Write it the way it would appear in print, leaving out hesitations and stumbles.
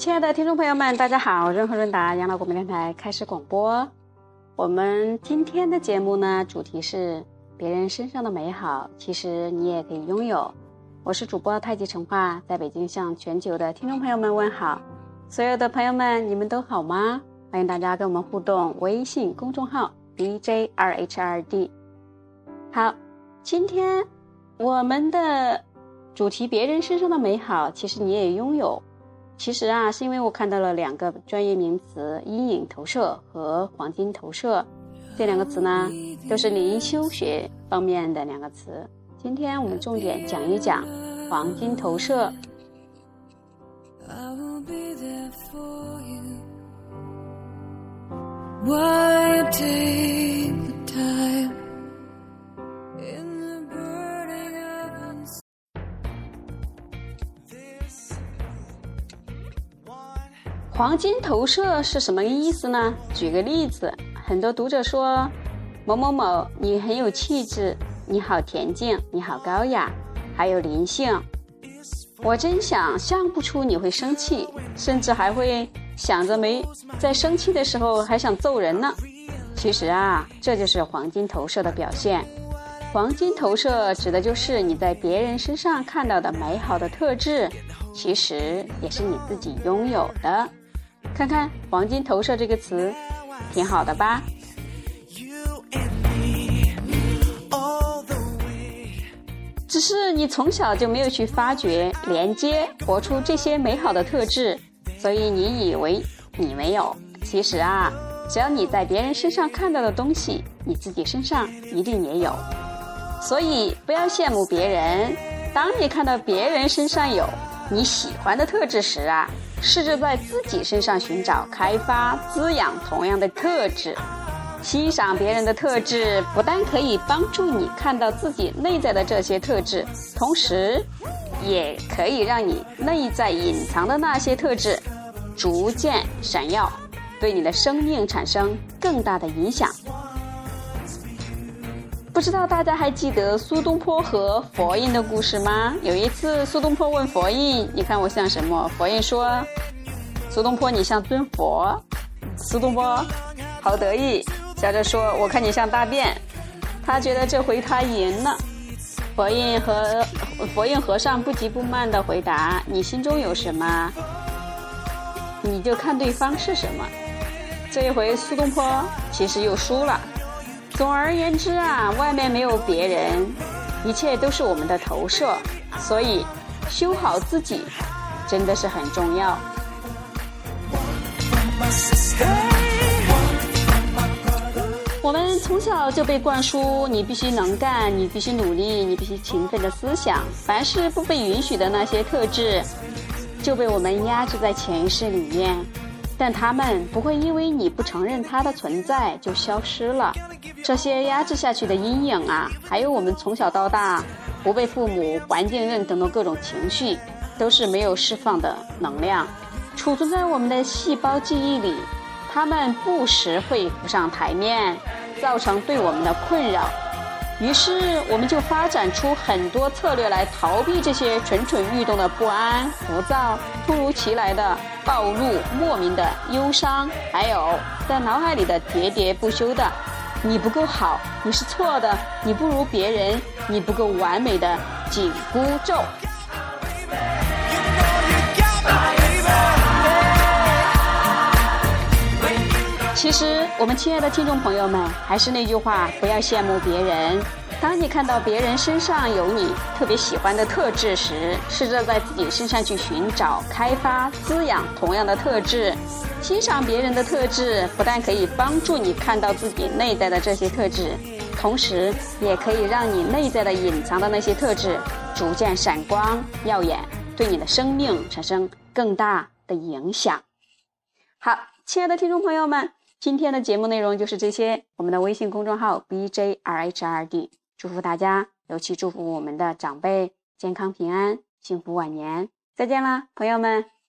亲爱的听众朋友们，大家好，润和润达养老广播电台开始广播。我们今天的节目呢，主题是别人身上的美好，其实你也可以拥有。我是主播太极陈化，在北京向全球的听众朋友们问好。所有的朋友们，你们都好吗？欢迎大家跟我们互动，微信公众号 BJRHRD。 好，今天我们的主题别人身上的美好，其实你也拥有。其实啊，是因为我看到了两个专业名词，阴影投射和黄金投射。这两个词呢，都是灵修学方面的两个词。今天我们重点讲一讲黄金投射。黄金投射是什么意思呢？举个例子，很多读者说某某某你很有气质，你好恬静，你好高雅，还有灵性。我真想象不出你会生气，甚至还会想着在生气的时候还想揍人呢。其实啊，这就是黄金投射的表现。黄金投射指的就是你在别人身上看到的美好的特质，其实也是你自己拥有的。看看黄金投射这个词，挺好的吧？只是你从小就没有去发掘、连接、活出这些美好的特质，所以你以为你没有。其实啊，只要你在别人身上看到的东西，你自己身上一定也有。所以不要羡慕别人，当你看到别人身上有你喜欢的特质时啊，试着在自己身上寻找、开发、滋养同样的特质。欣赏别人的特质，不但可以帮助你看到自己内在的这些特质，同时也可以让你内在隐藏的那些特质逐渐闪耀，对你的生命产生更大的影响。不知道大家还记得苏东坡和佛印的故事吗？有一次苏东坡问佛印，你看我像什么？佛印说，苏东坡你像尊佛。苏东坡好得意，笑着说，我看你像大便。他觉得这回他赢了。佛印和尚不急不慢地回答，你心中有什么，你就看对方是什么。这一回苏东坡其实又输了。总而言之啊，外面没有别人，一切都是我们的投射，所以修好自己真的是很重要。我们从小就被灌输你必须能干，你必须努力，你必须勤奋的思想，凡是不被允许的那些特质就被我们压制在潜意识里面，但他们不会因为你不承认它的存在就消失了。这些压制下去的阴影啊，还有我们从小到大不被父母、环境认同的各种情绪，都是没有释放的能量，储存在我们的细胞记忆里，它们不时会浮上台面，造成对我们的困扰。于是我们就发展出很多策略来逃避这些蠢蠢欲动的不安、浮躁、突如其来的暴露、莫名的忧伤，还有在脑海里的喋喋不休的你不够好，你是错的，你不如别人，你不够完美的紧箍咒。其实我们亲爱的听众朋友们，还是那句话，不要羡慕别人。当你看到别人身上有你特别喜欢的特质时，试着在自己身上去寻找、开发、滋养同样的特质。欣赏别人的特质，不但可以帮助你看到自己内在的这些特质，同时也可以让你内在的隐藏的那些特质逐渐闪光耀眼，对你的生命产生更大的影响。好，亲爱的听众朋友们，今天的节目内容就是这些。我们的微信公众号 BJRHRD， 祝福大家，尤其祝福我们的长辈健康平安、幸福晚年。再见啦，朋友们。